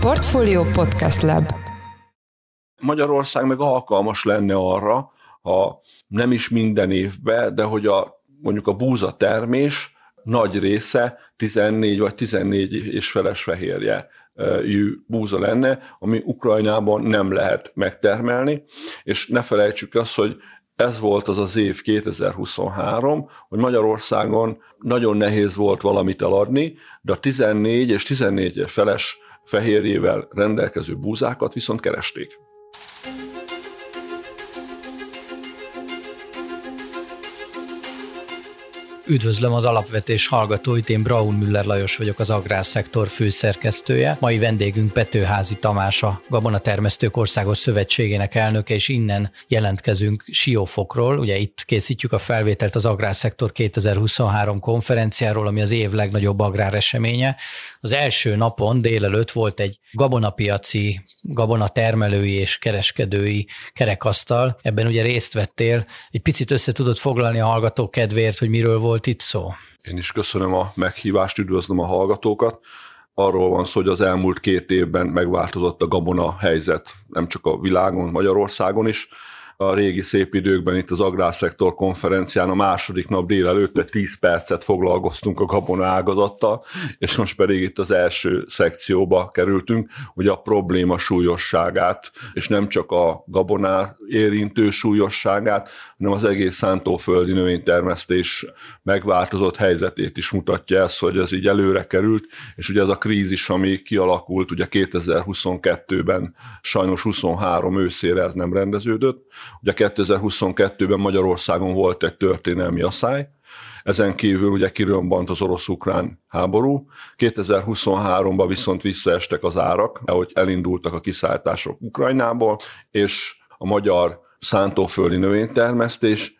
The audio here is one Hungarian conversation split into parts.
Portfolio Podcast Lab. Magyarország meg alkalmas lenne arra, ha nem is minden évben, de hogy mondjuk a búza termés nagy része 14 vagy 14 és feles fehérjejű búza lenne, ami Ukrajnában nem lehet megtermelni, és ne felejtsük azt, hogy ez volt az az év 2023, hogy Magyarországon nagyon nehéz volt valamit eladni, de a 14 és 14 feles fehérjével rendelkező búzákat viszont keresték. Üdvözlöm az Alapvetés hallgatóit, én Braun Müller Lajos vagyok, az Agrárszektor főszerkesztője. Mai vendégünk Petőházy Tamás, a Gabonatermesztők Országos Szövetségének elnöke, és innen jelentkezünk Siófokról. Ugye itt készítjük a felvételt az Agrárszektor 2023 konferenciáról, ami az év legnagyobb agráreseménye. Az első napon délelőtt volt egy gabonapiaci, gabonatermelői és kereskedői kerekasztal. Ebben ugye részt vettél. Egy picit össze tudod foglalni a hallgatók kedvéért, hogy miről volt itt szó? Én is köszönöm a meghívást, üdvözlöm a hallgatókat. Arról van szó, hogy az elmúlt 2 évben megváltozott a gabona helyzet, nem csak a világon, Magyarországon is. A régi szép időkben itt az Agrárszektor konferencián a második nap délelőtt 10 percet foglalkoztunk a gabona ágazattal, és most pedig itt az első szekcióba kerültünk, hogy a probléma súlyosságát, és nem csak a gabonát érintő súlyosságát, hanem az egész szántóföldi növénytermesztés megváltozott helyzetét is mutatja ez, hogy ez így előre került, és ugye ez a krízis, ami kialakult ugye 2022-ben, sajnos 23 őszére ez nem rendeződött. Ugye 2022-ben Magyarországon volt egy történelmi aszály, ezen kívül ugye kirömbant az orosz-ukrán háború, 2023-ban viszont visszaestek az árak, ahogy elindultak a kiszállítások Ukrajnából, és a magyar szántóföldi növénytermesztés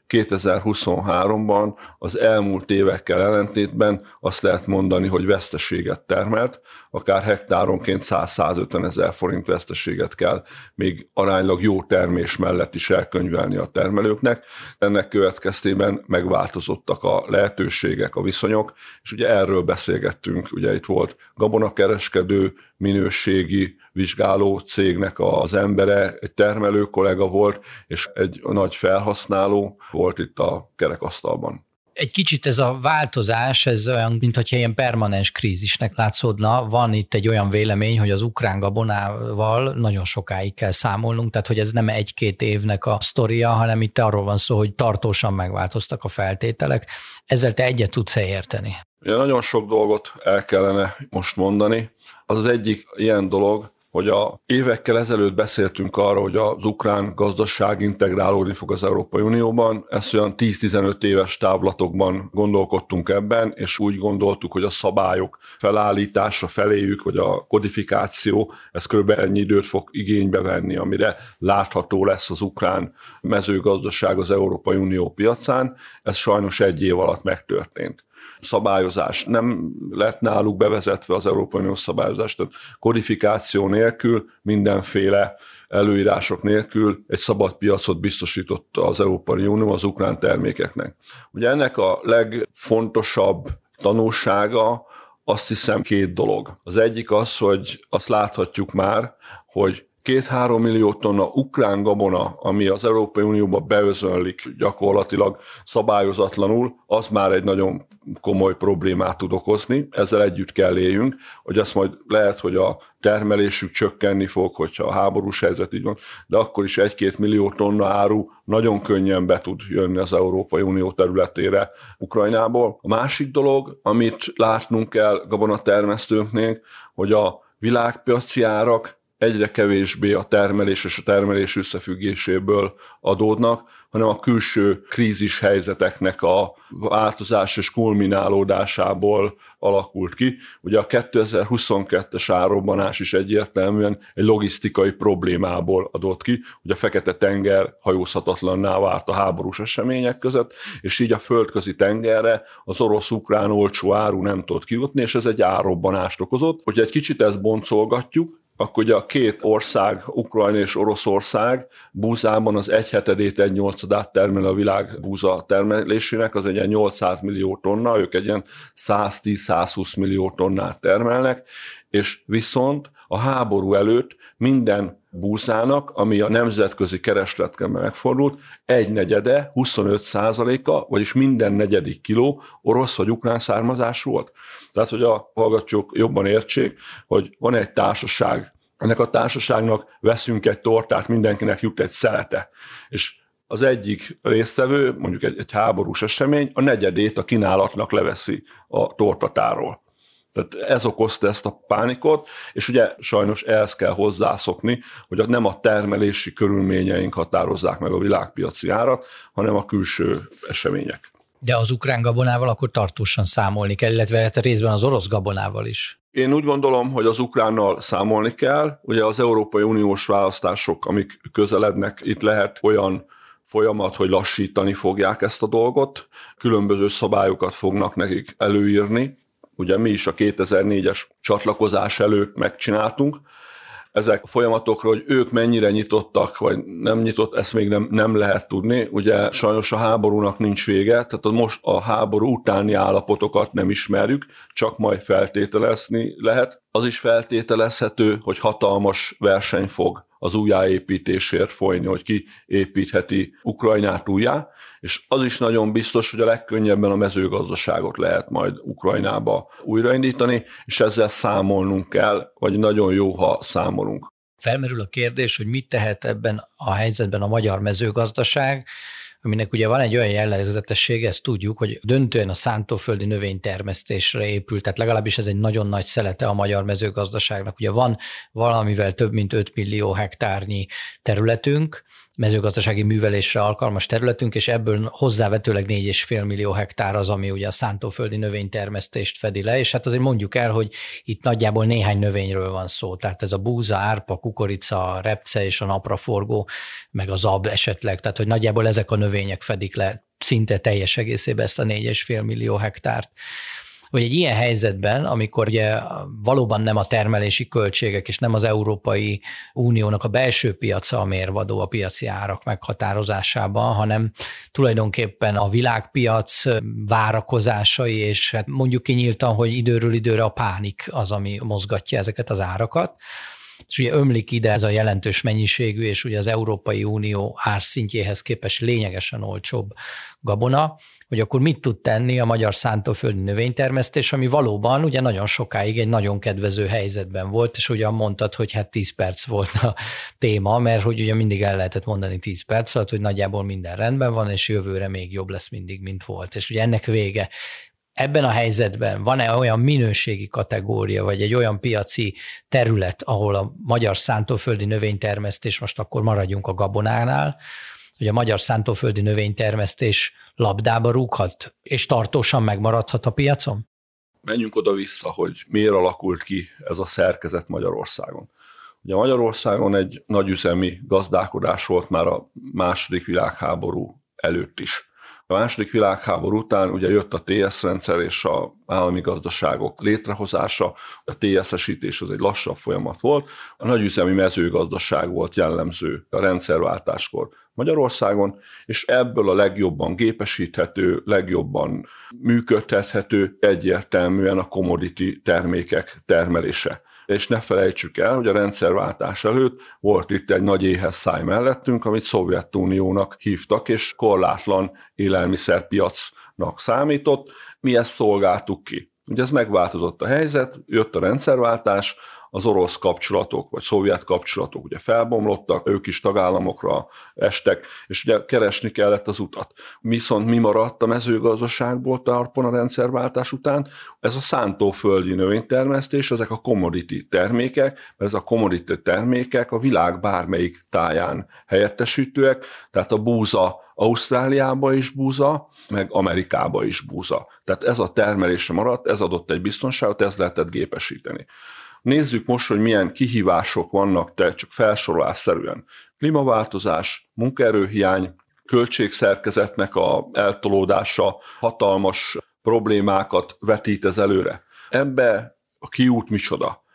2023-ban az elmúlt évekkel ellentétben azt lehet mondani, hogy veszteséget termelt, akár hektáronként 100-150 ezer forint veszteséget kell még aránylag jó termés mellett is elkönyvelni a termelőknek. Ennek következtében megváltozottak a lehetőségek, a viszonyok, és ugye erről beszélgettünk, ugye itt volt gabonakereskedő, minőségi vizsgáló cégnek az embere, egy termelő kollega volt, és egy nagy felhasználó volt itt a kerekasztalban. Egy kicsit ez a változás, ez olyan, mintha ilyen permanens krízisnek látszódna. Van itt egy olyan vélemény, hogy az ukrán gabonával nagyon sokáig kell számolnunk, tehát hogy ez nem 1-2 évnek a sztoria, hanem itt arról van szó, hogy tartósan megváltoztak a feltételek. Ezzel te egyet tudsz érteni? Ja, nagyon sok dolgot el kellene most mondani. Az egyik ilyen dolog, hogy évekkel ezelőtt beszéltünk arra, hogy az ukrán gazdaság integrálódni fog az Európai Unióban. Ezt olyan 10-15 éves távlatokban gondolkodtunk ebben, és úgy gondoltuk, hogy a szabályok felállítása feléjük, vagy a kodifikáció, ez kb. Ennyi időt fog igénybe venni, amire látható lesz az ukrán mezőgazdaság az Európai Unió piacán. Ez sajnos 1 év alatt megtörtént. Szabályozás nem lett náluk bevezetve, az Európai Unió szabályozás, tehát kodifikáció nélkül, mindenféle előírások nélkül egy szabad piacot biztosított az Európai Unió az ukrán termékeknek. Ugye ennek a legfontosabb tanulsága azt hiszem 2 dolog. Az egyik az, hogy azt láthatjuk már, hogy 2-3 millió tonna ukrán gabona, ami az Európai Unióba beözönlik gyakorlatilag szabályozatlanul, az már egy nagyon komoly problémát tud okozni. Ezzel együtt kell éljünk, hogy azt majd lehet, hogy a termelésük csökkenni fog, hogyha a háborús helyzet így van, de akkor is 1-2 millió tonna áru nagyon könnyen be tud jönni az Európai Unió területére Ukrajnából. A másik dolog, amit látnunk kell gabonatermesztőknél, hogy a világpiaci árak egyre kevésbé a termelés és a termelés összefüggéséből adódnak, hanem a külső krízis helyzeteknek a változás és kulminálódásából alakult ki. Ugye a 2022-es árrobbanás is egyértelműen egy logisztikai problémából adott ki, hogy a Fekete-tenger hajózhatatlanná vált a háborús események között, és így a földközi tengerre az orosz-ukrán olcsó áru nem tudott kijutni, és ez egy árrobbanást okozott. Hogyha egy kicsit ezt boncolgatjuk, akkor ugye a két ország, Ukrajna és Oroszország búzában az 1/7-1/8 termel a világ búza termelésének, az egy ilyen 800 millió tonna, ők egy ilyen 110-120 millió tonnát termelnek, és viszont a háború előtt minden búzának, ami a nemzetközi keresletken megfordult, 1/4, 25%-a, vagyis minden negyedik kiló orosz vagy ukrán származású volt. Tehát, hogy a hallgatók jobban értsék, hogy van egy társaság, ennek a társaságnak veszünk egy tortát, mindenkinek jut egy szelete, és az egyik résztvevő, mondjuk egy háborús esemény, a negyedét a kínálatnak leveszi a tortatáról. Tehát ez okozta ezt a pánikot, és ugye sajnos ehhez kell hozzászokni, hogy nem a termelési körülményeink határozzák meg a világpiaci árat, hanem a külső események. De az ukrán gabonával akkor tartósan számolni kell, illetve a részben az orosz gabonával is. Én úgy gondolom, hogy az ukránnal számolni kell. Ugye az Európai Uniós választások, amik közelednek, itt lehet olyan folyamat, hogy lassítani fogják ezt a dolgot, különböző szabályokat fognak nekik előírni. Ugye mi is a 2004-es csatlakozás előtt megcsináltunk. Ezek a folyamatokról, hogy ők mennyire nyitottak, vagy nem nyitott, ezt még nem lehet tudni. Ugye sajnos a háborúnak nincs vége, tehát most a háború utáni állapotokat nem ismerjük, csak majd feltételezni lehet. Az is feltételezhető, hogy hatalmas verseny fog az újjáépítésért folyni, hogy ki építheti Ukrajnát újjá, és az is nagyon biztos, hogy a legkönnyebben a mezőgazdaságot lehet majd Ukrajnába újraindítani, és ezzel számolnunk kell, vagy nagyon jó, ha számolunk. Felmerül a kérdés, hogy mit tehet ebben a helyzetben a magyar mezőgazdaság, aminek ugye van egy olyan jellegzetessége, ezt tudjuk, hogy döntően a szántóföldi növénytermesztésre épült, tehát legalábbis ez egy nagyon nagy szelete a magyar mezőgazdaságnak. Ugye van valamivel több mint 5 millió hektárnyi területünk, mezőgazdasági művelésre alkalmas területünk, és ebből hozzávetőleg 4,5 millió hektár az, ami ugye a szántóföldi növénytermesztést fedi le, és hát azért mondjuk el, hogy itt nagyjából néhány növényről van szó, tehát ez a búza, árpa, kukorica, repce és a napraforgó, meg a zab esetleg, tehát hogy nagyjából ezek a növények fedik le szinte teljes egészében ezt a 4,5 millió hektárt. Hogy egy ilyen helyzetben, amikor ugye valóban nem a termelési költségek és nem az Európai Uniónak a belső piaca a mérvadó a piaci árak meghatározásában, hanem tulajdonképpen a világpiac várakozásai, és hát mondjuk kinyíltan, hogy időről időre a pánik az, ami mozgatja ezeket az árakat. És ugye ömlik ide ez a jelentős mennyiségű, és ugye az Európai Unió árszintjéhez képest lényegesen olcsóbb gabona, hogy akkor mit tud tenni a magyar szántóföldi növénytermesztés, ami valóban ugye nagyon sokáig egy nagyon kedvező helyzetben volt, és ugyan mondtad, hogy hát 10 perc volt a téma, mert hogy ugye mindig el lehetett mondani 10 perc alatt, hogy nagyjából minden rendben van, és jövőre még jobb lesz mindig, mint volt. És ugye ennek vége. Ebben a helyzetben van-e olyan minőségi kategória, vagy egy olyan piaci terület, ahol a magyar szántóföldi növénytermesztés, most akkor maradjunk a gabonánál, hogy a magyar szántóföldi növénytermesztés labdába rúghat, és tartósan megmaradhat a piacon? Menjünk oda-vissza, hogy miért alakult ki ez a szerkezet Magyarországon. Ugye Magyarországon egy nagyüzemi gazdálkodás volt már a második világháború előtt is. A második világháború után ugye jött a TS rendszer és az állami gazdaságok létrehozása, a TS-esítés az egy lassabb folyamat volt, a nagyüzemi mezőgazdaság volt jellemző a rendszerváltáskor Magyarországon, és ebből a legjobban gépesíthető, legjobban működtethető egyértelműen a commodity termékek termelése. És ne felejtsük el, hogy a rendszerváltás előtt volt itt egy nagy éhezszáj mellettünk, amit Szovjetuniónak hívtak, és korlátlan élelmiszerpiacnak számított. Mi ezt szolgáltuk ki. Ugye ez megváltozott a helyzet, jött a rendszerváltás, az orosz kapcsolatok, vagy szovjet kapcsolatok ugye felbomlottak, ők is tagállamokra estek, és ugye keresni kellett az utat. Viszont mi maradt a mezőgazdaságból talpon a rendszerváltás után? Ez a szántóföldi növénytermesztés, ezek a commodity termékek, mert ez a commodity termékek a világ bármelyik táján helyettesítőek, tehát a búza Ausztráliába is búza, meg Amerikába is búza. Tehát ez a termelésre maradt, ez adott egy biztonságot, ez lehetett gépesíteni. Nézzük most, hogy milyen kihívások vannak, csak felsorolásszerűen. Klímaváltozás, munkaerőhiány, költségszerkezetnek a eltolódása, hatalmas problémákat vetít ez előre. Ebbe a kiút micsoda?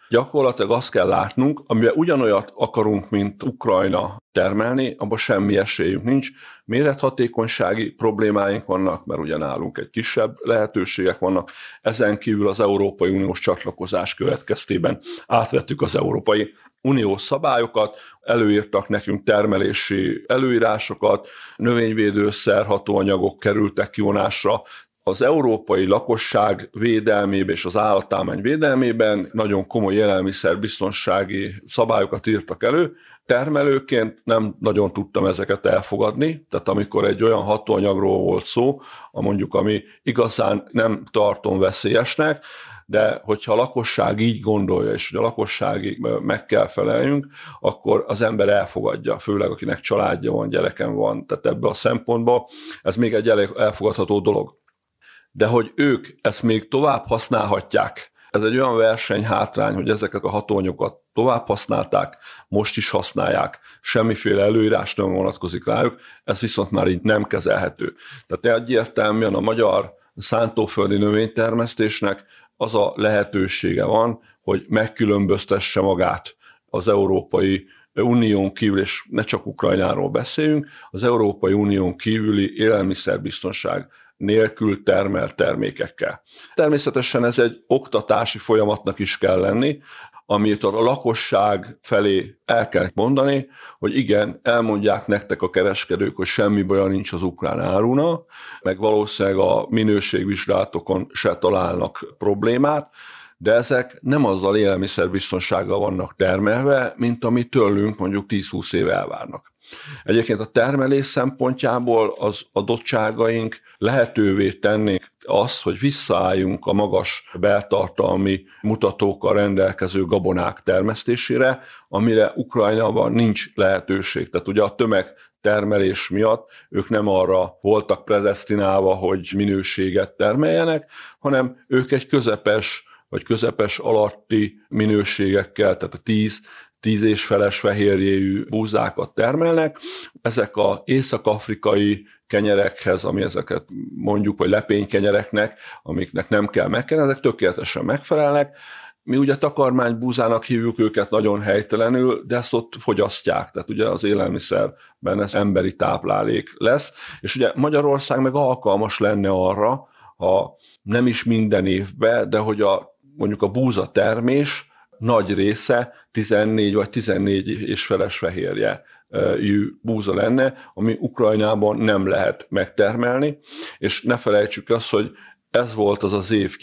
Gyakorlatilag azt kell látnunk, amivel ugyanolyat akarunk, mint Ukrajna termelni, abban semmi esélyünk nincs. Mérethatékonysági problémáink vannak, mert ugye nálunk egy kisebb lehetőségek vannak. Ezen kívül az Európai Uniós csatlakozás következtében átvettük az Európai Uniós szabályokat, előírtak nekünk termelési előírásokat, növényvédőszer, hatóanyagok kerültek kivonásra. Az európai lakosság védelmében és az állatállomány védelmében nagyon komoly élelmiszerbiztonsági szabályokat írtak elő. Termelőként nem nagyon tudtam ezeket elfogadni, tehát amikor egy olyan hatóanyagról volt szó, ami igazán nem tartom veszélyesnek, de hogyha a lakosság így gondolja, és hogy a lakosságig meg kell feleljünk, akkor az ember elfogadja, főleg akinek családja van, gyerekem van, tehát ebbe a szempontból ez még egy elfogadható dolog. De hogy ők ezt még tovább használhatják, ez egy olyan versenyhátrány, hogy ezeket a hatóanyagokat tovább használták, most is használják, semmiféle előírás nem vonatkozik rájuk, ez viszont már így nem kezelhető. Tehát egyértelműen a magyar szántóföldi növénytermesztésnek az a lehetősége van, hogy megkülönböztesse magát az Európai Unión kívül, és ne csak Ukrajnáról beszéljünk, az Európai Unión kívüli élelmiszerbiztonság nélkül termelt termékekkel. Természetesen ez egy oktatási folyamatnak is kell lenni, amit a lakosság felé el kell mondani, hogy igen, elmondják nektek a kereskedők, hogy semmi baja nincs az ukrán áruna, meg valószínűleg a minőségvizsgálatokon se találnak problémát, de ezek nem azzal élelmiszerbiztonsággal vannak termelve, mint amit tőlünk mondjuk 10-20 éve elvárnak. Egyébként a termelés szempontjából az adottságaink lehetővé tennék azt, hogy visszaálljunk a magas beltartalmi mutatókkal rendelkező gabonák termesztésére, amire Ukrajnában nincs lehetőség. Tehát ugye a tömegtermelés miatt ők nem arra voltak predesztinálva, hogy minőséget termeljenek, hanem ők egy közepes vagy közepes alatti minőségekkel, tehát a 10 és feles fehérjéjű búzákat termelnek. Ezek az észak-afrikai kenyerekhez, ami ezeket mondjuk, vagy lepénykenyereknek, amiknek nem kell megkenni, ezek tökéletesen megfelelnek. Mi ugye takarmánybúzának hívjuk őket nagyon helytelenül, de ezt ott fogyasztják, tehát ugye az élelmiszerben ez emberi táplálék lesz, és ugye Magyarország meg alkalmas lenne arra, ha nem is minden évben, de hogy mondjuk a búzatermés nagy része 14 vagy 14 és feles fehérjejű búza lenne, ami Ukrajnában nem lehet megtermelni, és ne felejtsük azt, hogy ez volt az az év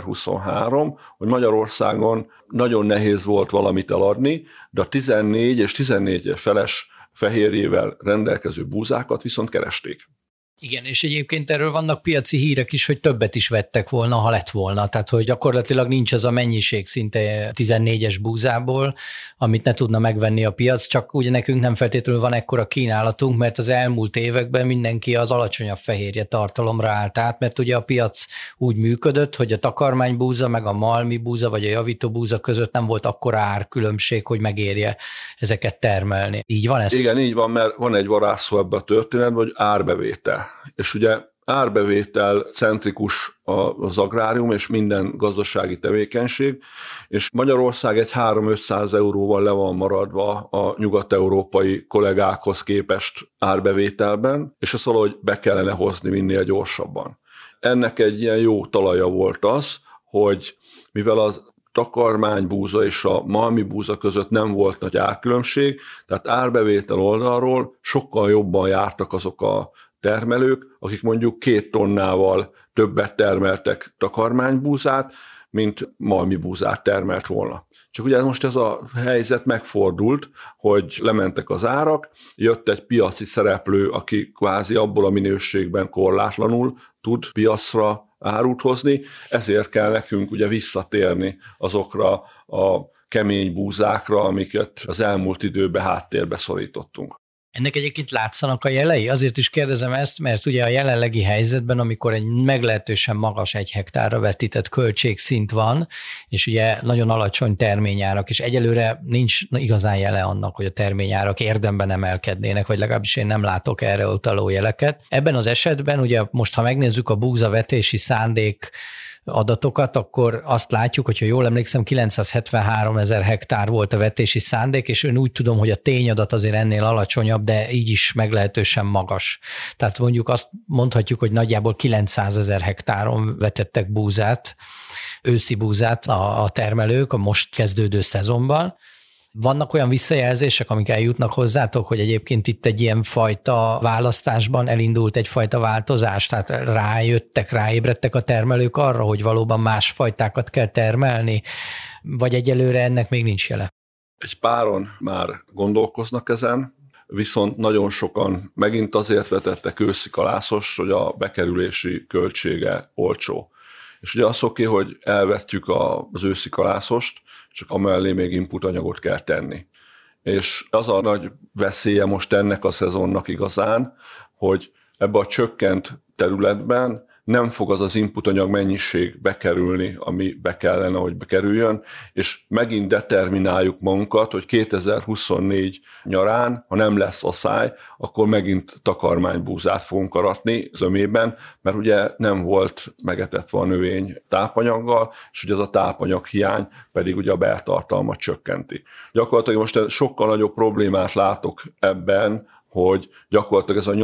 2023, hogy Magyarországon nagyon nehéz volt valamit eladni, de a 14 és 14 feles fehérjével rendelkező búzákat viszont keresték. Igen, és egyébként erről vannak piaci hírek is, hogy többet is vettek volna, ha lett volna. Tehát, hogy gyakorlatilag nincs az a mennyiség szinte 14-es búzából, amit ne tudna megvenni a piac, csak ugye nekünk nem feltétlenül van ekkora kínálatunk, mert az elmúlt években mindenki az alacsonyabb fehérje tartalomra állt át, mert ugye a piac úgy működött, hogy a takarmánybúza, meg a malmi búza, vagy a javító búza között nem volt akkora árkülönbség, hogy megérje ezeket termelni. Így van ez? Igen, így van, mert van egy varázsszó ebben a történetben, hogy árbevétel. És ugye árbevétel centrikus az agrárium és minden gazdasági tevékenység, és Magyarország egy 300-500 euróval le van maradva a nyugat-európai kollégákhoz képest árbevételben, és ezt valahogy be kellene hozni minél gyorsabban. Ennek egy ilyen jó talaja volt az, hogy mivel az takarmánybúza és a malmi búza között nem volt nagy árkülönbség, tehát árbevétel oldalról sokkal jobban jártak azok a termelők, akik mondjuk 2 tonnával többet termeltek takarmánybúzát, mint malmi búzát termelt volna. Csak ugye most ez a helyzet megfordult, hogy lementek az árak, jött egy piaci szereplő, aki kvázi abból a minőségben korlátlanul tud piacra árut hozni, ezért kell nekünk ugye visszatérni azokra a kemény búzákra, amiket az elmúlt időben háttérbe szorítottunk. Ennek egyébként látszanak a jelei? Azért is kérdezem ezt, mert ugye a jelenlegi helyzetben, amikor egy meglehetősen magas 1 hektárra vetített költségszint van, és ugye nagyon alacsony terményárak, és egyelőre nincs igazán jele annak, hogy a terményárak érdemben emelkednének, vagy legalábbis én nem látok erre utaló jeleket. Ebben az esetben ugye most, ha megnézzük a búzavetési szándék adatokat, akkor azt látjuk, hogyha jól emlékszem, 973 000 hektár volt a vetési szándék, és ön úgy tudom, hogy a tényadat azért ennél alacsonyabb, de így is meglehetősen magas. Tehát mondjuk azt mondhatjuk, hogy nagyjából 900 000 hektáron vetettek búzát, őszi búzát a termelők a most kezdődő szezonban. Vannak olyan visszajelzések, amik eljutnak hozzátok, hogy egyébként itt egy ilyen fajta választásban elindult egyfajta változás, tehát ráébredtek a termelők arra, hogy valóban más fajtákat kell termelni, vagy egyelőre ennek még nincs jele? Egy páron már gondolkoznak ezen, viszont nagyon sokan megint azért vetettek őszikalászos, hogy a bekerülési költsége olcsó. És ugye az oké, hogy elvettük az őszikalászost, csak amellé még inputanyagot kell tenni. És az a nagy veszélye most ennek a szezonnak igazán, hogy ebbe a csökkent területben nem fog az inputanyag mennyiség bekerülni, ami be kellene, hogy bekerüljön, és megint determináljuk magunkat, hogy 2024 nyarán, ha nem lesz asszály, akkor megint takarmánybúzát fogunk aratni zömében, mert ugye nem volt megetetve a növény tápanyaggal, és ugye az a tápanyag hiány pedig ugye a beltartalmat csökkenti. Gyakorlatilag most sokkal nagyobb problémát látok ebben, hogy gyakorlatilag ez a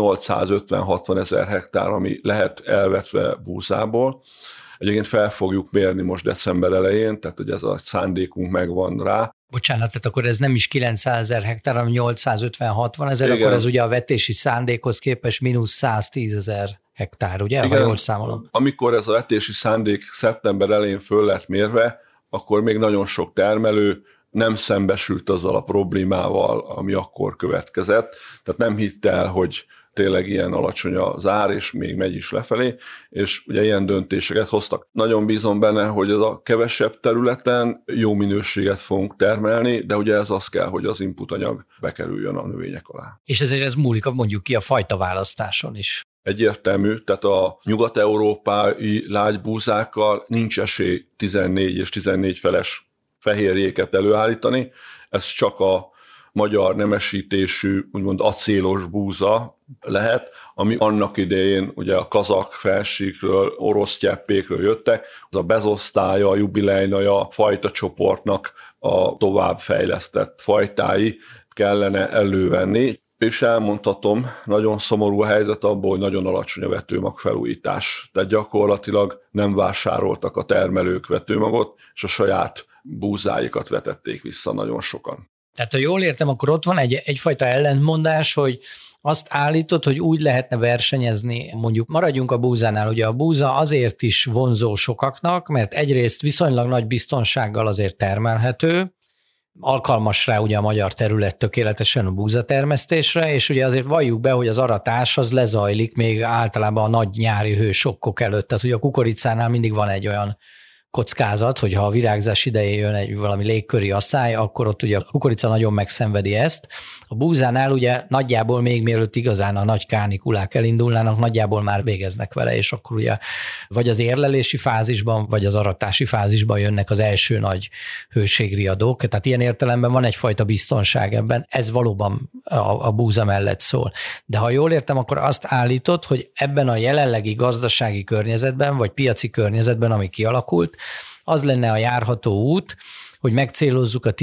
850-60 000 hektár, ami lehet elvetve búzából. Egyébként fel fogjuk mérni most december elején, tehát hogy ez a szándékunk megvan rá. Bocsánat, tehát akkor ez nem is 900 000 hektár, hanem 850-60 000, akkor ez ugye a vetési szándékhoz képest mínusz 110 000 hektár, ugye? Igen, ha jól számolom. Amikor ez a vetési szándék szeptember elején föl lett mérve, akkor még nagyon sok termelő nem szembesült azzal a problémával, ami akkor következett. Tehát nem hitte el, hogy tényleg ilyen alacsony az ár, és még megy is lefelé, és ugye ilyen döntéseket hoztak. Nagyon bízom benne, hogy ez a kevesebb területen jó minőséget fogunk termelni, de ugye ez az kell, hogy az inputanyag bekerüljön a növények alá. És ezért ez múlik mondjuk ki a fajta választáson is. Egyértelmű, tehát a nyugat-európai lágybúzákkal nincs esély 14 és 14 feles fehérjéket előállítani, ez csak a magyar nemesítésű, úgymond acélos búza lehet, ami annak idején ugye a kazak felsíkről, orosz cseppékről jöttek, az a bezosztálya, a jubilejnaja fajta csoportnak a továbbfejlesztett fajtái kellene elővenni, és elmondhatom, nagyon szomorú a helyzet abból, hogy nagyon alacsony a vetőmag felújítás. Tehát gyakorlatilag nem vásároltak a termelők vetőmagot, és a saját búzáikat vetették vissza nagyon sokan. Tehát ha jól értem, akkor ott van egyfajta ellentmondás, hogy azt állítod, hogy úgy lehetne versenyezni, mondjuk maradjunk a búzánál, ugye a búza azért is vonzó sokaknak, mert egyrészt viszonylag nagy biztonsággal azért termelhető, alkalmas rá ugye a magyar terület tökéletesen a búzatermesztésre, és ugye azért valljuk be, hogy az aratás az lezajlik még általában a nagy nyári hősokkok előtt. Tehát ugye a kukoricánál mindig van egy olyan kockázat, hogyha a virágzás idején jön egy valami légköri asszály, akkor ott ugye a kukorica nagyon megszenvedi ezt. A búzánál ugye nagyjából még mielőtt igazán a nagy kánikulák elindulnának, nagyjából már végeznek vele, és akkor ugye vagy az érlelési fázisban, vagy az aratási fázisban jönnek az első nagy hőségriadók. Tehát ilyen értelemben van egyfajta biztonság ebben. Ez valóban a búza mellett szól. De ha jól értem, akkor azt állítod, hogy ebben a jelenlegi gazdasági környezetben, vagy piaci környezetben, ami kialakult, az lenne a járható út, hogy megcélozzuk a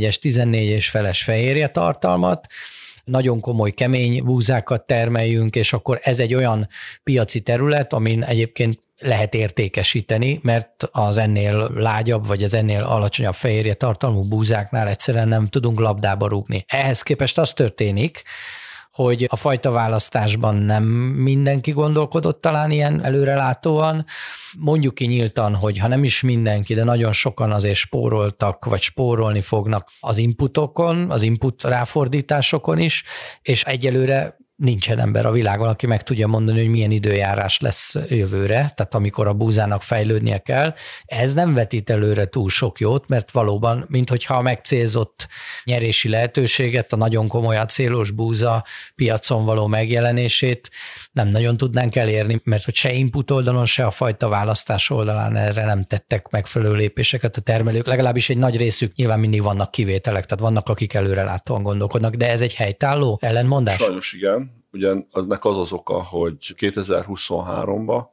14 feles fehérje tartalmat, nagyon komoly kemény búzákat termeljünk, és akkor ez egy olyan piaci terület, amin egyébként lehet értékesíteni, mert az ennél lágyabb, vagy az ennél alacsonyabb fehérje tartalmú búzáknál egyszerűen nem tudunk labdába rúgni. Ehhez képest az történik, hogy a fajta választásban nem mindenki gondolkodott talán ilyen előrelátóan. Mondjuk ki nyíltan, hogy ha nem is mindenki, de nagyon sokan azért spóroltak, vagy spórolni fognak az inputokon, az input ráfordításokon is, és egyelőre nincsen ember a világon, aki meg tudja mondani, hogy milyen időjárás lesz jövőre, tehát amikor a búzának fejlődnie kell. Ez nem vetít előre túl sok jót, mert valóban, minthogyha a megcélzott nyerési lehetőséget, a nagyon komoly acélos búza piacon való megjelenését nem nagyon tudnánk elérni, mert hogy se input oldalon, se a fajta választás oldalán erre nem tettek megfelelő lépéseket a termelők. Legalábbis egy nagy részük, nyilván mindig vannak kivételek, tehát vannak, akik előrelátóan gondolkodnak, de ez egy helytálló ellentmondás? Sajnos igen. Ugye ennek az oka, hogy 2023-ban,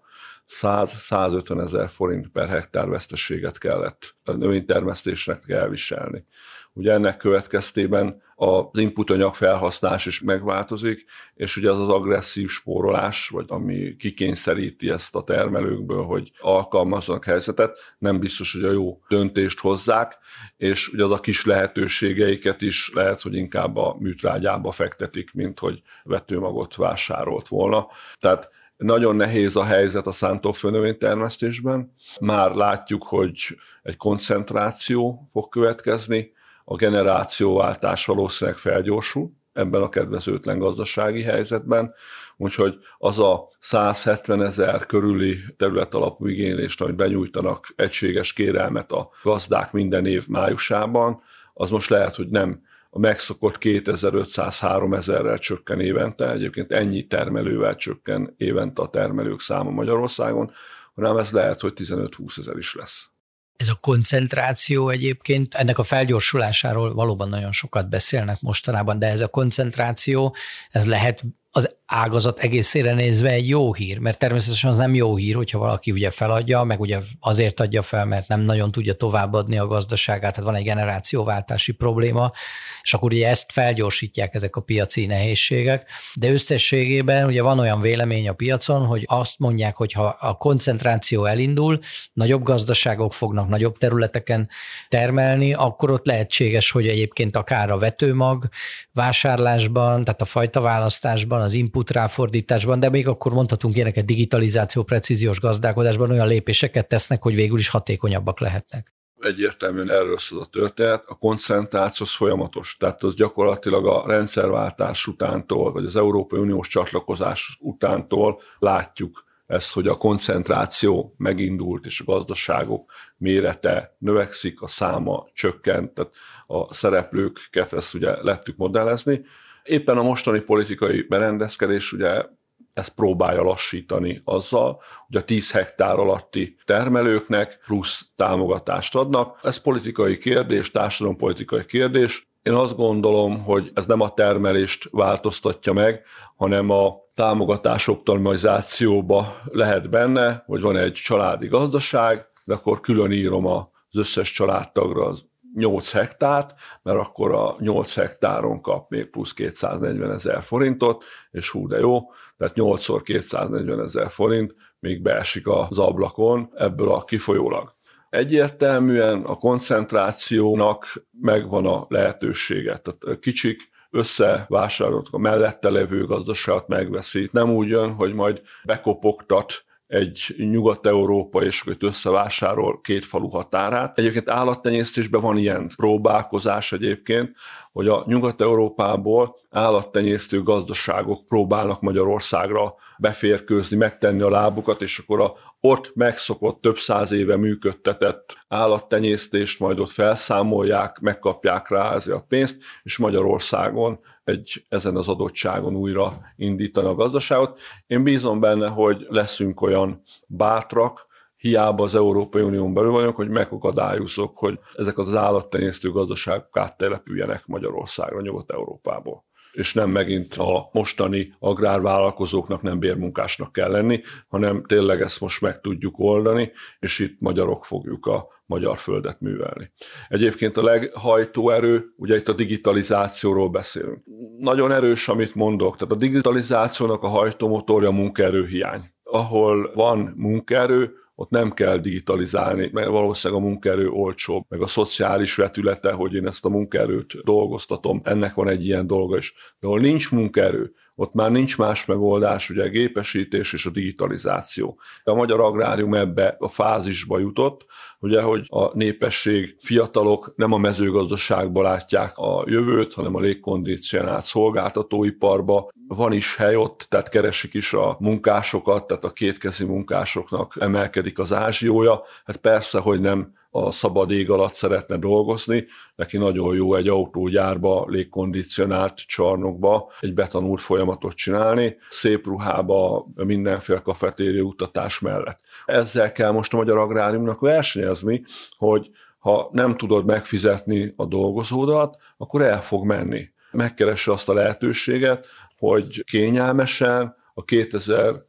100-150 ezer forint per hektár veszteséget kellett a növénytermesztésnek elviselni. Ugye ennek következtében az inputanyag felhasználás is megváltozik, és ugye az agresszív spórolás, vagy ami kikényszeríti ezt a termelőkből, hogy alkalmazzanak helyzetet, nem biztos, hogy a jó döntést hozzák, és ugye az a kis lehetőségeiket is lehet, hogy inkább a műtrágyába fektetik, mint hogy vetőmagot vásárolt volna. Tehát nagyon nehéz a helyzet a szántóföldnövénytermesztésben. Már látjuk, hogy egy koncentráció fog következni, a generációváltás valószínűleg felgyorsul ebben a kedvezőtlen gazdasági helyzetben, úgyhogy az a 170 ezer körüli területalapú igénylést, amit benyújtanak egységes kérelmet a gazdák minden év májusában, az most lehet, hogy nem a megszokott 2500-3000-rel csökken évente, egyébként ennyi termelővel csökken évente a termelők száma Magyarországon, hanem ez lehet, hogy 15-20 ezer is lesz. Ez a koncentráció egyébként, ennek a felgyorsulásáról valóban nagyon sokat beszélnek mostanában, de ez a koncentráció, ez lehet az ágazat egészére nézve egy jó hír, mert természetesen az nem jó hír, hogyha valaki ugye feladja, meg ugye azért adja fel, mert nem nagyon tudja továbbadni a gazdaságát, tehát van egy generációváltási probléma, és akkor ugye ezt felgyorsítják ezek a piaci nehézségek, de összességében ugye van olyan vélemény a piacon, hogy azt mondják, hogy ha a koncentráció elindul, nagyobb gazdaságok fognak nagyobb területeken termelni, akkor ott lehetséges, hogy egyébként akár a vetőmag vásárlásban, tehát a fajtaválasztásban, az input ráfordításban, de még akkor mondhatunk ilyeneket digitalizáció, precíziós gazdálkodásban olyan lépéseket tesznek, hogy végül is hatékonyabbak lehetnek. Egyértelműen erről szól a történet, a koncentráció az folyamatos, tehát az gyakorlatilag a rendszerváltás utántól, vagy az Európai Uniós csatlakozás utántól látjuk ezt, hogy a koncentráció megindult, és a gazdaságok mérete növekszik, a száma csökkent, tehát a szereplőket ezt ugye lettük modellezni. Éppen a mostani politikai berendezkedés ugye ezt próbálja lassítani azzal, hogy a 10 hektár alatti termelőknek plusz támogatást adnak. Ez politikai kérdés, társadalompolitikai kérdés. Én azt gondolom, hogy ez nem a termelést változtatja meg, hanem a támogatás optimalizációba lehet benne, hogy van egy családi gazdaság, de akkor külön írom az összes családtagra az 8 hektárt, mert akkor a 8 hektáron kap még plusz 240 ezer forintot, és hú de jó, tehát 8-szor 240 ezer forint még beesik az ablakon ebből a kifolyólag. Egyértelműen a koncentrációnak megvan a lehetősége, tehát kicsik összevásároltak, a mellette levő gazdaságot megveszi. Nem úgy jön, hogy majd bekopogtat egy Nyugat-Európa, és hogy összevásárol 2 falu határát. Egyébként állattenyésztésben van ilyen próbálkozás egyébként, hogy a Nyugat-Európából állattenyésztő gazdaságok próbálnak Magyarországra beférkőzni, megtenni a lábukat, és akkor a ott megszokott, több 100 éve működtetett állattenyésztést majd ott felszámolják, megkapják rá ezért a pénzt, és Magyarországon ezen az adottságon újra indítani a gazdaságot. Én bízom benne, hogy leszünk olyan bátrak, hiába az Európai Unión belül vagyunk, hogy megakadályozzuk, hogy ezek az állattenyésztő gazdaságok áttelepüljenek Magyarországra, Nyugat-Európából. És nem megint a mostani agrárvállalkozóknak nem bérmunkásnak kell lenni, hanem tényleg ezt most meg tudjuk oldani, és itt magyarok fogjuk a magyar földet művelni. Egyébként a leghajtóerő, ugye itt a digitalizációról beszélünk. Nagyon erős, amit mondok, tehát a digitalizációnak a hajtómotorja a munkaerőhiány. Ahol van munkaerő, ott nem kell digitalizálni, mert valószínűleg a munkaerő olcsóbb, meg a szociális vetülete, hogy én ezt a munkaerőt dolgoztatom, ennek van egy ilyen dolga is. De ahol nincs munkaerő, ott már nincs más megoldás, ugye a gépesítés és a digitalizáció. A magyar agrárium ebbe a fázisba jutott, ugye, hogy a népesség, fiatalok nem a mezőgazdaságban látják a jövőt, hanem a légkondicionált szolgáltatóiparba. Van is hely ott, tehát keresik is a munkásokat, tehát a kétkezi munkásoknak emelkedik az ázsiója. Hát persze, hogy nem a szabad ég alatt szeretne dolgozni, neki nagyon jó egy autógyárba, légkondicionált csarnokba egy betanult folyamatot csinálni, szép ruhába, mindenféle kafetéria uttatás mellett. Ezzel kell most a magyar agráriumnak versenyezni, hogy ha nem tudod megfizetni a dolgozódat, akkor el fog menni. Megkeresse azt a lehetőséget, hogy kényelmesen a 2000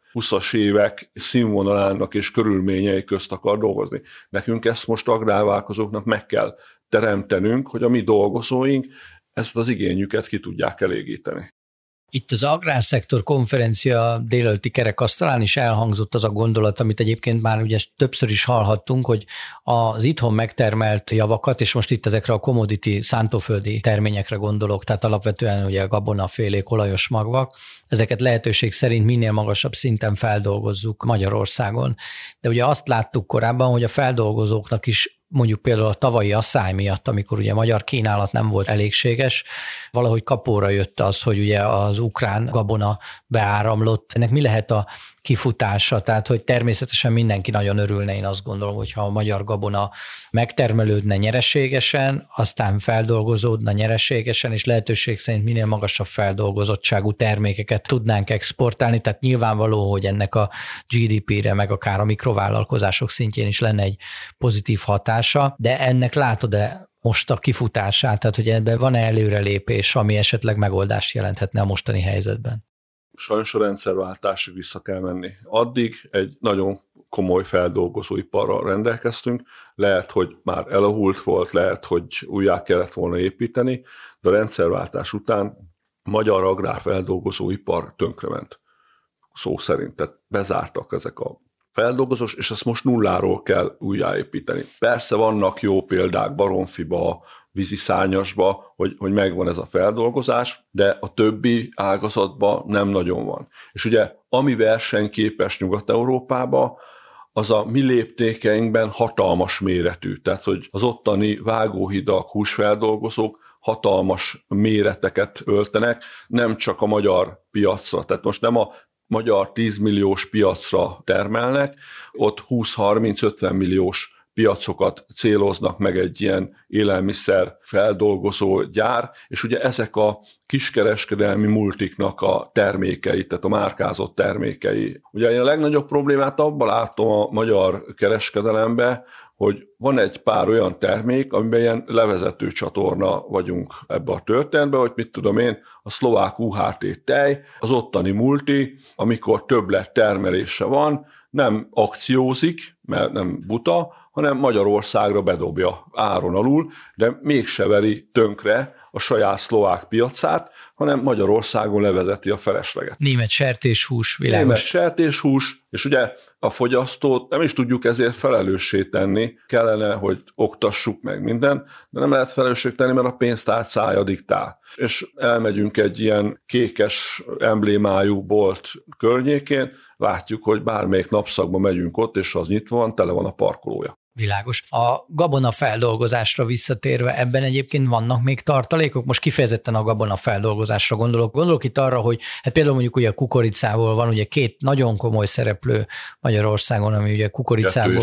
20-as évek színvonalának és körülményei közt akar dolgozni. Nekünk ezt most agrárvállalkozóknak meg kell teremtenünk, hogy a mi dolgozóink ezt az igényüket ki tudják elégíteni. Itt az Agrárszektor konferencia délelőtti kerekasztalán is elhangzott az a gondolat, amit egyébként már ugye többször is hallhattunk, hogy az itthon megtermelt javakat, és most itt ezekre a commodity szántóföldi terményekre gondolok, tehát alapvetően ugye gabonafélék, olajos magvak, ezeket lehetőség szerint minél magasabb szinten feldolgozzuk Magyarországon. De ugye azt láttuk korábban, hogy a feldolgozóknak is mondjuk például a tavalyi asszály miatt, amikor ugye magyar kínálat nem volt elégséges, valahogy kapóra jött az, hogy ugye az ukrán gabona beáramlott. Ennek mi lehet a kifutása? Tehát, hogy természetesen mindenki nagyon örülne, én azt gondolom, hogyha a magyar gabona megtermelődne nyereségesen, aztán feldolgozódna nyereségesen, és lehetőség szerint minél magasabb feldolgozottságú termékeket tudnánk exportálni, tehát nyilvánvaló, hogy ennek a GDP-re, meg akár a mikrovállalkozások szintjén is lenne egy pozitív hatása, de ennek látod-e most a kifutását, tehát hogy ebben van-e előrelépés, ami esetleg megoldást jelenthetne a mostani helyzetben? Sajnos a rendszerváltásig vissza kell menni. Addig egy nagyon komoly feldolgozóiparral rendelkeztünk, lehet, hogy már elavult volt, lehet, hogy újjá kellett volna építeni, de a rendszerváltás után a magyar agrárfeldolgozóipar tönkrement. Szó szerint, tehát bezártak ezek a feldolgozós, és ezt most nulláról kell újjáépíteni. Persze vannak jó példák Baromfiba, víziszárnyasba, hogy megvan ez a feldolgozás, de a többi ágazatban nem nagyon van. És ugye ami versenyképes Nyugat-Európában, az a mi léptékeinkben hatalmas méretű. Tehát, hogy az ottani vágóhidak, húsfeldolgozók hatalmas méreteket öltenek, nem csak a magyar piacra. Tehát most nem a magyar 10 milliós piacra termelnek, ott 20-30-50 milliós piacokat céloznak meg egy ilyen élelmiszer feldolgozó gyár, és ugye ezek a kiskereskedelmi multiknak a termékei, tehát a márkázott termékei. Ugye én a legnagyobb problémát abban látom a magyar kereskedelemben, hogy van egy pár olyan termék, amiben ilyen levezető csatorna vagyunk ebbe a történetbe, hogy mit tudom én, a szlovák UHT tej, az ottani multi, amikor többlet termelése van, nem akciózik, mert nem buta, hanem Magyarországra bedobja áron alul, de mégse veri tönkre a saját szlovák piacát, hanem Magyarországon levezeti a felesleget. Német sertéshús, világos. Német sertéshús, és ugye a fogyasztót nem is tudjuk ezért felelőssé tenni, kellene, hogy oktassuk meg minden, de nem lehet felelőssé tenni, mert a pénztárcája diktál. És elmegyünk egy ilyen kékes emblémájú bolt környékén, látjuk, hogy bármelyik napszakban megyünk ott, és az nyitva van, tele van a parkolója. Világos. A gabona feldolgozásra visszatérve, ebben egyébként vannak még tartalékok? Most kifejezetten a gabona feldolgozásra gondolok. Gondolok itt arra, hogy hát például mondjuk ugye a kukoricából van ugye két nagyon komoly szereplő Magyarországon, ami ugye kukoricából...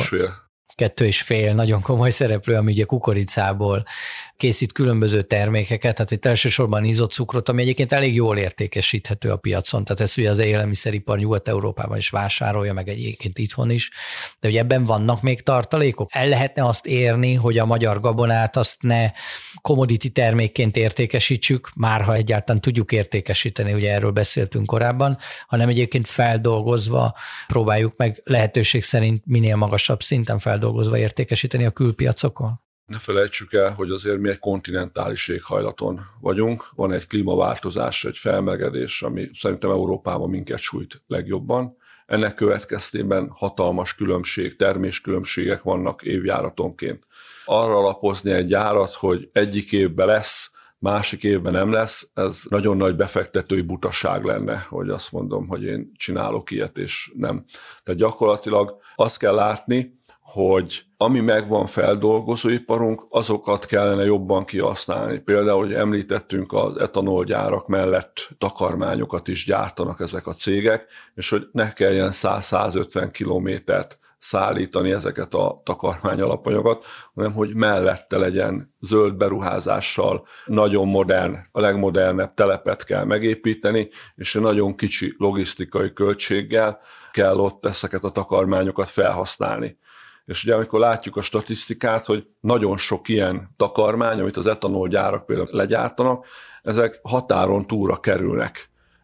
2,5 nagyon komoly szereplő, ami ugye kukoricából készít különböző termékeket, tehát itt elsősorban izocukrot, ami egyébként elég jól értékesíthető a piacon, tehát ezt ugye az élelmiszeripar Nyugat-Európában is vásárolja, meg egyébként itthon is, de ugye ebben vannak még tartalékok? El lehetne azt érni, hogy a magyar gabonát azt ne commodity termékként értékesítsük, már ha egyáltalán tudjuk értékesíteni, ugye erről beszéltünk korábban, hanem egyébként feldolgozva próbáljuk meg lehetőség szerint minél magasabb szinten feldolgozva értékesíteni a külpiacokon? Ne felejtsük el, hogy azért mi egy kontinentális éghajlaton vagyunk, van egy klímaváltozás, egy felmelegedés, ami szerintem Európában minket sújt legjobban. Ennek következtében hatalmas különbség, terméskülönbségek vannak évjáratonként. Arra alapozni egy gyárat, hogy egyik évben lesz, másik évben nem lesz, ez nagyon nagy befektetői butaság lenne, hogy azt mondom, hogy én csinálok ilyet, és nem. Tehát gyakorlatilag azt kell látni, hogy ami megvan feldolgozóiparunk, azokat kellene jobban kihasználni. Például, hogy említettünk, az etanolgyárak mellett takarmányokat is gyártanak ezek a cégek, és hogy ne kelljen 100-150 kilométert szállítani ezeket a takarmány alapanyagokat, hanem hogy mellette legyen zöld beruházással, nagyon modern, a legmodernebb telepet kell megépíteni, és egy nagyon kicsi logisztikai költséggel kell ott ezeket a takarmányokat felhasználni. És ugye amikor látjuk a statisztikát, hogy nagyon sok ilyen takarmány, amit az etanolgyárak például legyártanak, ezek határon túlra kerülnek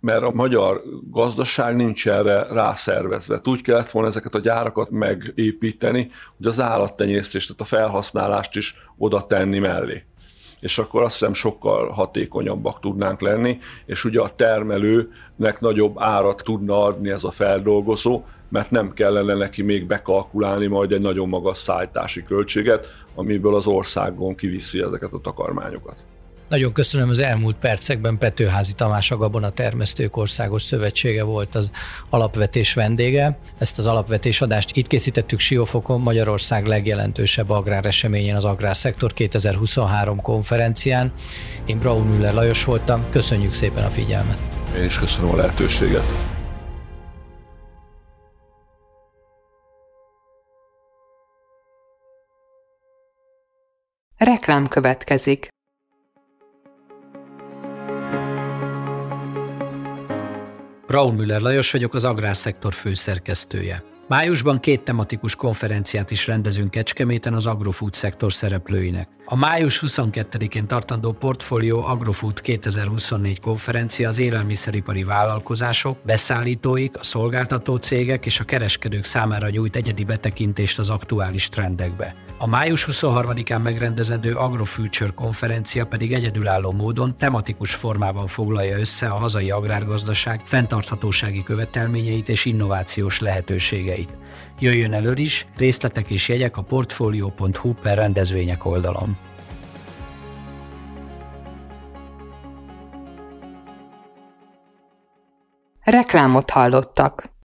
mert a magyar gazdaság nincs erre rászervezve. Úgy kellett volna ezeket a gyárakat megépíteni, hogy az állattenyésztést, tehát a felhasználást is oda tenni mellé. És akkor azt hiszem sokkal hatékonyabbak tudnánk lenni, és ugye a termelőnek nagyobb árat tudna adni ez a feldolgozó, mert nem kellene neki még bekalkulálni majd egy nagyon magas szállítási költséget, amiből az országon kiviszi ezeket a takarmányokat. Nagyon köszönöm, az elmúlt percekben Petőházy Tamás, a Gabonatermesztők Országos Szövetsége volt az alapvetés vendége. Ezt az alapvetés adást itt készítettük Siófokon, Magyarország legjelentősebb agráreseményen, az Agrárszektor 2023 konferencián. Én Braun Müller Lajos voltam, köszönjük szépen a figyelmet. Én is köszönöm a lehetőséget. Reklám következik. Braun Müller Lajos vagyok, az Agrárszektor főszerkesztője. Májusban 2 tematikus konferenciát is rendezünk Kecskeméten az agrofood szektor szereplőinek. A május 22-én tartandó Portfolio Agrofood 2024 konferencia az élelmiszeripari vállalkozások, beszállítóik, a szolgáltató cégek és a kereskedők számára nyújt egyedi betekintést az aktuális trendekbe. A május 23-án megrendezendő AgroFuture konferencia pedig egyedülálló módon tematikus formában foglalja össze a hazai agrárgazdaság fenntarthatósági követelményeit és innovációs lehetőségeit. Jöjjön elő is, részletek és jegyek a portfolio.hu/rendezvények oldalon. Reklámot hallottak.